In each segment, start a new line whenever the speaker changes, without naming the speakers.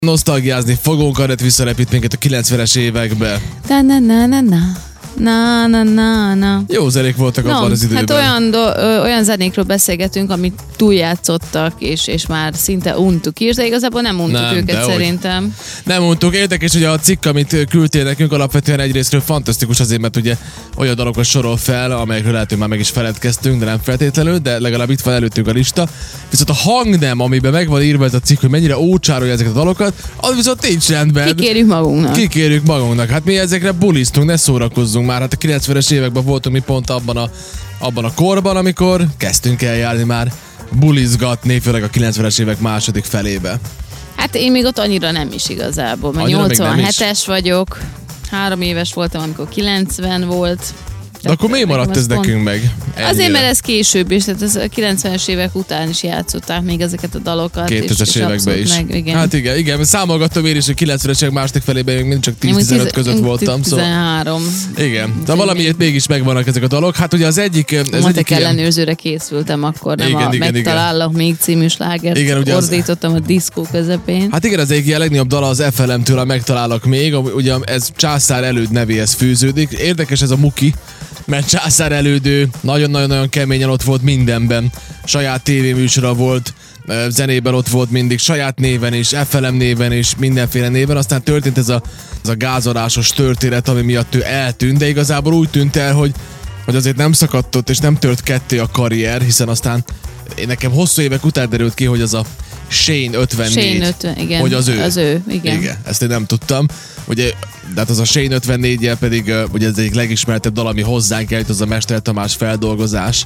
Nosztalgiázni fogunk, arra visszarepít minket a 90-es évekbe.
Na.
Jó zenék voltak abban az időben.
Hát olyan zenékről beszélgetünk, amit túljátszottak, és már szinte untuk is, de igazából nem untuk őket szerintem.
Nem untuk. Érdekes, hogy a cikk, amit küldtél nekünk, alapvetően egyrésztről fantasztikus azért, mert ugye olyan dalokat sorol fel, amelyekről lehet, hogy már meg is feledkeztünk, de nem feltétlenül, de legalább itt van előttünk a lista. Viszont a hangnem, amiben meg van írva ez a cikk, hogy mennyire ócsárolja ezeket a dalokat, az viszont nincs rendben. Kikérjük magunknak. Hát mi ezekre buliztunk, ne szórakozzunk már. Hát a 90-es években voltunk mi pont abban a korban, amikor kezdtünk el járni már bulizgatni, főleg a 90-es évek második felébe.
Hát én még ott annyira nem is igazából, mert 87-es vagyok, 3 éves voltam, amikor 90 volt.
De akkor miért maradt ez nekünk meg?
Ennyire? Azért, mert ez később is, tehát a 90-es évek után is játszották még ezeket a dalokat.
2000-es években is.
Igen.
Hát igen, számolgattam én is, hogy 90-es évek második felében még mindig csak 10-15 között voltam.
13.
Szóval, igen, de valamiért mégis megvannak ezek a dalok. Hát ugye az egyik...
ellenőrzőre készültem akkor, nem igen, Megtalállak még című slágert ordítottam a diszkó közepén. Hát igen, az egyik legnagyobb dala az FLM-től a Megtalálak még, ugye ez Császár Előd nevéhez fűződik. Érdekes ez a Muki, mert Császár Elődő nagyon-nagyon keményen ott volt mindenben. Saját tévéműsora volt, zenében ott volt mindig, saját néven is, FLM néven is, mindenféle néven. Aztán történt ez a gázolásos történet, ami miatt ő eltűnt, de igazából úgy tűnt el, hogy azért nem szakadt ott, és nem tört ketté a karrier, hiszen aztán nekem hosszú évek után derült ki, hogy az a Shane 54, igen,
hogy az ő.
Igen,
ezt én nem tudtam. Ugye, de hát az a Shane 54-jel pedig ugye ez egyik legismertebb dal, ami hozzánk eljut, az a Mester Tamás feldolgozás,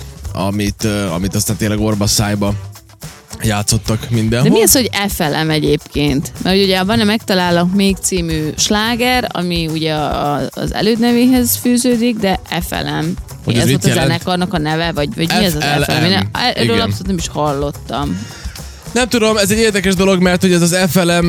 amit aztán tényleg orba szájba játszottak mindenhol.
De mi az, hogy FLM egyébként? Mert ugye abban Megtalálok még című sláger, ami ugye az elődnevéhez fűződik, de FLM.
Hogy
ez volt a zenekarnak a neve, vagy mi ez az FLM? Erről abszolút nem is hallottam.
Nem tudom, ez egy érdekes dolog, mert hogy ez az FLM,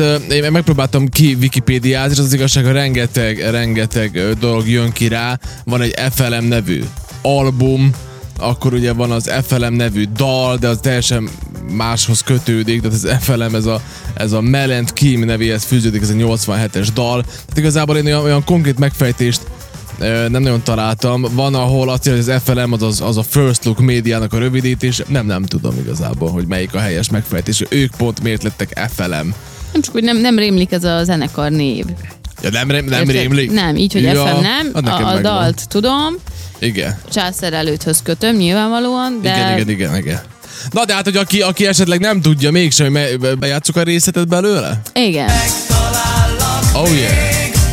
én megpróbáltam ki Wikipédiát, és az igazság, hogy rengeteg dolog jön ki rá. Van egy FLM nevű album, akkor ugye van az FLM nevű dal, de az teljesen máshoz kötődik, tehát az FLM ez a Mel and Kim nevéhez fűződik, ez a 87-es dal. Tehát igazából én olyan konkrét megfejtést nem nagyon találtam. Van, ahol azt írja, hogy az FLM az a First Look médiának a rövidítés. Nem tudom igazából, hogy melyik a helyes megfejtés. Ők pont miért lettek FLM.
Nem csak, hogy nem rémlik ez a zenekar név.
Ja, nem rémlik?
Nem, így, hogy FM nem. A dalt tudom.
Igen.
Császár Elődhöz kötöm nyilvánvalóan, de...
Igen. Na de hát, hogy aki esetleg nem tudja mégsem, hogy bejátsszuk a részletet belőle?
Igen.
Oh yeah.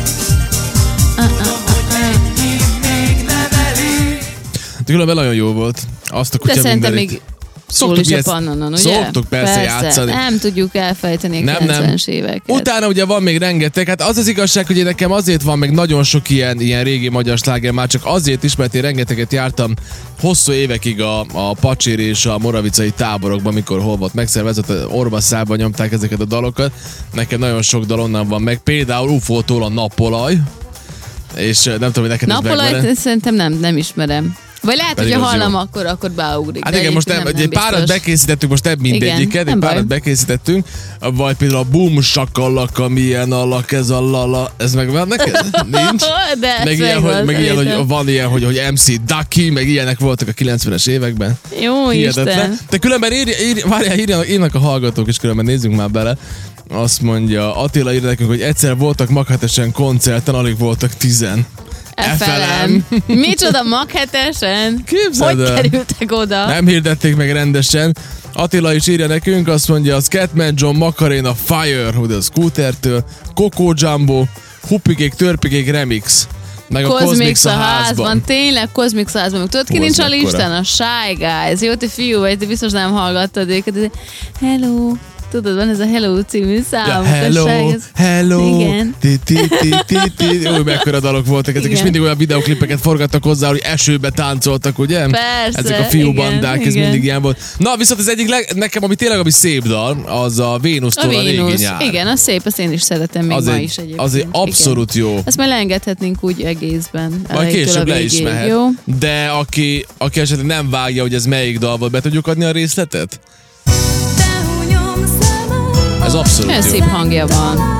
De különben nagyon jó volt. Azt a kutya mindenit.
Szól is a pannonon, ugye?
Szoktuk persze játszani.
Nem tudjuk elfejteni a 90-es éveket.
Utána ugye van még rengeteg. Hát az igazság, hogy nekem azért van meg nagyon sok ilyen régi magyar sláger, már csak azért is, mert én rengeteget jártam hosszú évekig a Pacsér és a moravicai táborokban, mikor hol volt megszervezett, Orbasszában nyomták ezeket a dalokat. Nekem nagyon sok dal onnan van meg. Például UFO-tól a Napolaj. És nem tudom, hogy neked
Napolajt szerintem nem ismerem. Vagy lehet, hogy ha hallom, akkor beugrik.
Hát igen, most egy párat bekészítettünk, most nem mindegyiket, egy párat bekészítettünk, vagy például a Boom Sakalaka, milyen alak, ez a lala, ez megvan neked? Nincs?
De
meg ilyen, hogy van ilyen, hogy MC Ducky, meg ilyenek voltak a 90-es években.
Jó Isten.
De különben írnak a hallgatók, és különben nézzünk már bele. Azt mondja, Attila ír nekünk, hogy egyszer voltak Maghetesen koncerten, alig voltak 10. FLM.
Micsoda Maghetesen?
Képzeld el.
Hogy kerültek oda?
Nem hirdették meg rendesen. Attila is írja nekünk, azt mondja, a Scatman John Macarena Fire, hogy a Scootertől, Coco Jumbo, Huppikék, Törpikék Remix. Meg a Cosmix a házban.
Tényleg Cosmix a házban. Tudod, ki nincs a listán? A Shy Guys. Jó, te fiú vagy, te biztos nem hallgattad őket. Hello. Tudod, van ez a Hello című szám.
Ja, hello.
Igen.
Új, mekkora dalok voltak ezek, és mindig olyan videoklipeket forgattak hozzá, hogy esőbe táncoltak, ugye?
Persze.
Ezek a fiúbandák, ez mindig ilyen volt. Na, viszont az egyik nekem, ami szép dal, az a Vénusztól a régi nyár.
Igen, az szép, azt én is szeretem még ma is egyébként.
Az abszolút jó.
Ezt már leengedhetnénk úgy egészben.
Majd később le is mehet. Jó? De aki esetleg nem vágja, hogy ez melyik dal volt, be tudjuk adni a részletet? Ez abszolút jó.
Szép hangja van.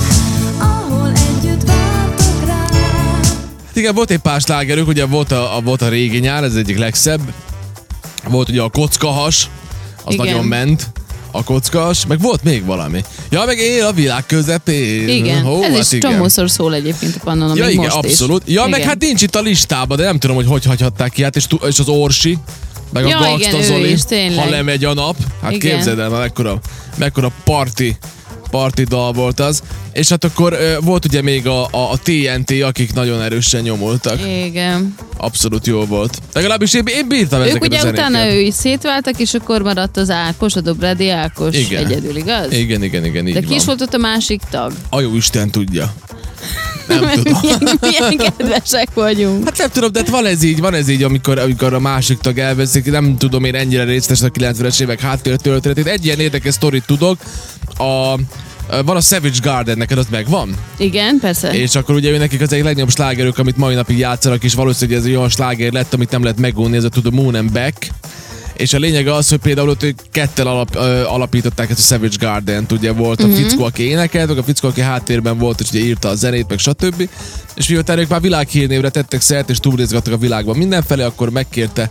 Igen, volt egy pár slágerük, ugye volt a régi nyár, ez egyik legszebb. Volt ugye a kockahas, az igen. Nagyon ment. A kockahas, meg volt még valami. Ja, meg él a világ közepén.
Igen, ez is csomószor szól egyébként a Pannonon,
ja,
még
igen,
most
abszolút.
is.
Ja,
igen.
meg hát nincs itt a listában, de nem tudom, hogy hagyhatták ki, hát és az Orsi, meg
ja,
a Gangsta Zoli, ha lemegy a nap. Hát igen. Képzeld el, mekkora parti dal volt az. És hát akkor volt ugye még a TNT, akik nagyon erősen nyomultak.
Igen.
Abszolút jó volt. Legalábbis én bírtam ezeket a zenéket.
Ők ugye utána ő is szétváltak, és akkor maradt az Ákos, a Dobrádi Ákos
igen.
Egyedül, igaz?
Igen, így
de ki is volt ott a másik tag?
A jó Isten tudja. Nem tudom.
Milyen kedvesek vagyunk.
Hát nem tudom, de van ez így, amikor a másik tag elveszik. Nem tudom én ennyire részletes a 90-es évek háttértörténetét. Egy ilyen érdekes sztorit tudok. Van a Savage Garden, neked az megvan?
Igen, persze.
És akkor ugye nekik az egyik legnagyobb slágerük, amit mai napig játszanak, és valószínűleg ez egy olyan sláger lett, amit nem lehet megunni, ez a To The Moon and Back. És a lényeg az, hogy például ott ők kettel alapították ezt a Savage Garden-t, ugye volt a fickó, aki énekelt, meg a fickó, aki háttérben volt, és ugye írta a zenét, meg stb. És miután ők már világhírnévre tettek szert, és túlnézgattak a világban mindenfelé, akkor megkérte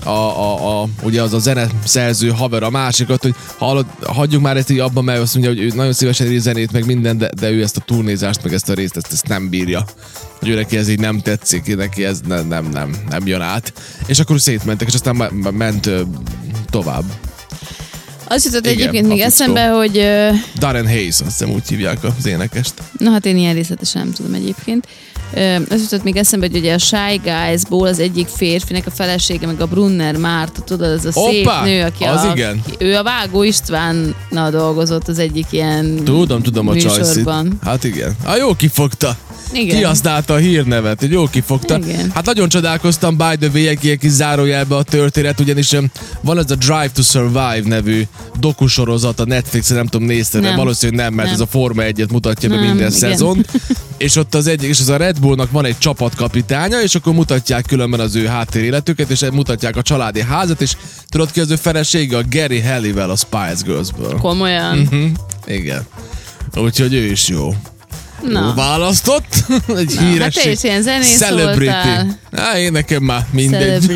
ugye az a zeneszerző haver a másikat, hogy hagyjuk már ezt így abban, mert azt mondja, hogy ő nagyon szívesen ír zenét, meg minden, de ő ezt a turnézást, meg ezt a részt, ezt nem bírja. Hogy ő neki ez így nem tetszik, neki ez nem jön át. És akkor szétmentek, és aztán ment tovább.
Azt jutott egyébként még eszembe, hogy...
Darren Hayes, azt hiszem úgy hívják az énekest.
Na hát én ilyen részletesen nem tudom egyébként. Azt jutott még eszembe, hogy ugye a Shy Guys-ból az egyik férfinek a felesége, meg a Brunner Márta, tudod, ez a szép nő, aki
igen.
Ő a Vágó Istvánnal dolgozott az egyik ilyen
tudom a
műsorban.
Csajszit. Hát igen. Jó kifogta.
Igen.
Kihasználta a hírnevet, hogy jól kifogta.
Igen.
Hát nagyon csodálkoztam, by the way, egy kis zárójelbe a történet, ugyanis van ez a Drive to Survive nevű dokusorozat a Netflixen, nem tudom, nézted, de valószínűleg nem, mert ez a Forma 1-et mutatja be minden igen. szezon. És ott az egyik, és az a Red Bullnak van egy csapatkapitánya, és akkor mutatják különben az ő háttéréletüket, és mutatják a családi házat, és tudod ki az ő felesége, a Gary Halliwell a Spice Girlsből.
Komolyan?
Igen. Úgyhogy ő is jó.
Na.
Választott egy híres
hát te is ilyen zenész
celebrity. Én nekem már mindegy.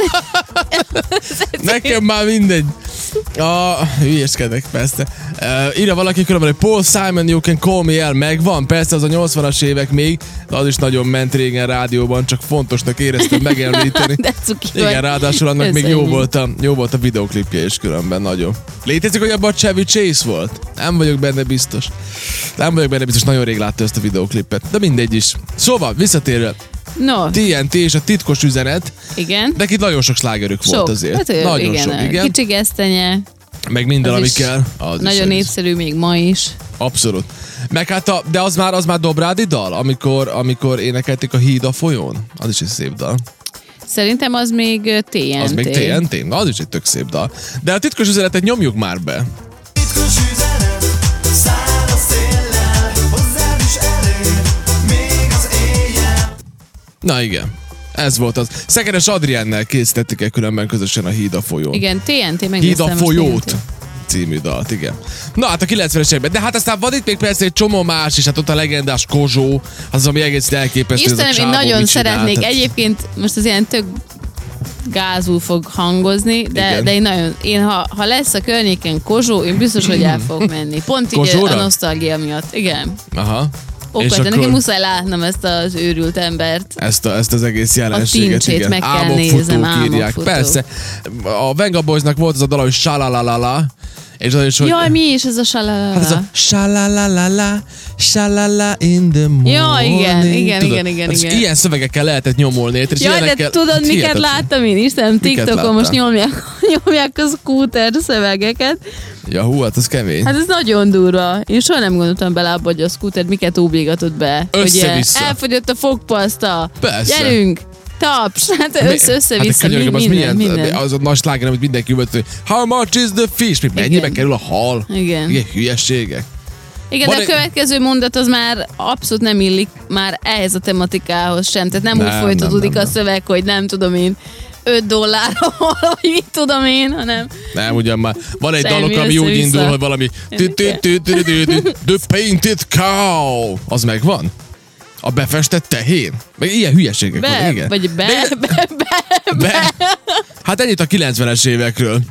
Nekem már mindegy. Hülyeskedek, persze. Írja valaki különben, hogy Paul Simon, You Can Call Me El, megvan. Persze az a 80-as évek még, de az is nagyon ment régen rádióban, csak fontosnak éreztem megemlíteni. Igen, ráadásul annak még jó volt a videoklipje is különben, nagyon. Létezik, hogy abban a Chevy Chase volt? Nem vagyok benne biztos, nagyon rég látta ezt a videoklipet, de mindegy is. Szóval, visszatérve.
No.
TNT és a titkos üzenet.
Igen.
De itt nagyon sok slágerük volt azért.
Hát nagyon igen, sok, igen. Kicsi gesztenye.
Meg minden, ami kell.
Nagyon népszerű még ma is.
Abszolút. Meg hát de az már Dobrádi dal, amikor énekelték a Híd a folyón. Az is egy szép dal.
Szerintem az még TNT.
Az még TNT? Na, az is egy tök szép dal. De a titkos üzenetet nyomjuk már be. Titkos üzenet, száll a széllel, hozzád is elér, még az éjjel. Na igen. Ez volt az. Szekeres Adriennel készítették el különben közösen a Híd a folyón.
Igen, TNT megnéztem.
Híd a folyót című dalt, igen. Na hát a 90-es években. De hát aztán van itt még persze egy csomó más, és hát ott a legendás Kozsó, az ami egész elképesztő.
Istenem, én nagyon szeretnék. Egyébként most az ilyen tök gázul fog hangozni, de én ha lesz a környéken Kozsó, én biztos, hogy el fogok menni. Pont így a nosztalgia miatt. Igen.
Aha.
De nekem muszáj látnom ezt az őrült embert.
Ezt az egész jelenséget.
A tincsét meg kell nézem, álmokfutó.
Persze. A Venga Boysnak volt az a dal, hogy Salalalala. És az is, hogy...
Jaj, mi is ez a Salalalala?
Hát ez a Salalalala, Salala in the morning.
Ja, igen.
Ilyen szövegekkel lehetett nyomolni.
Jaj, de tudod, miket láttam én is? TikTokon most nyomják a scooter szövegeket.
Ja, hú, hát az kemény.
Hát ez nagyon durva. Én soha nem gondoltam bele abba, hogy a scooter miket óbligatott be.
Össze-vissza.
Hogy elfogyott a fogpaszta.
Persze.
Gyerünk! Taps! Hát össze-vissza, minden.
Az a nagy sláger, amit mindenki volt, hogy how much is the fish? Mennyibe kerül a hal?
Igen.
Hülyeségek.
Igen, de a következő mondat az már abszolút nem illik már ehhez a tematikához sem. Tehát nem úgy folytatódik a szöveg, hogy nem tudom én, $5, vagy mit tudom én, hanem...
Nem, ugyan már. Van egy dalok, ami úgy indul, hogy valami The Painted Cow. Az megvan? A befestett tehén? Meg ilyen hülyeségek van, igen.
Vagy be.
Hát ennyit a 90-es évekről.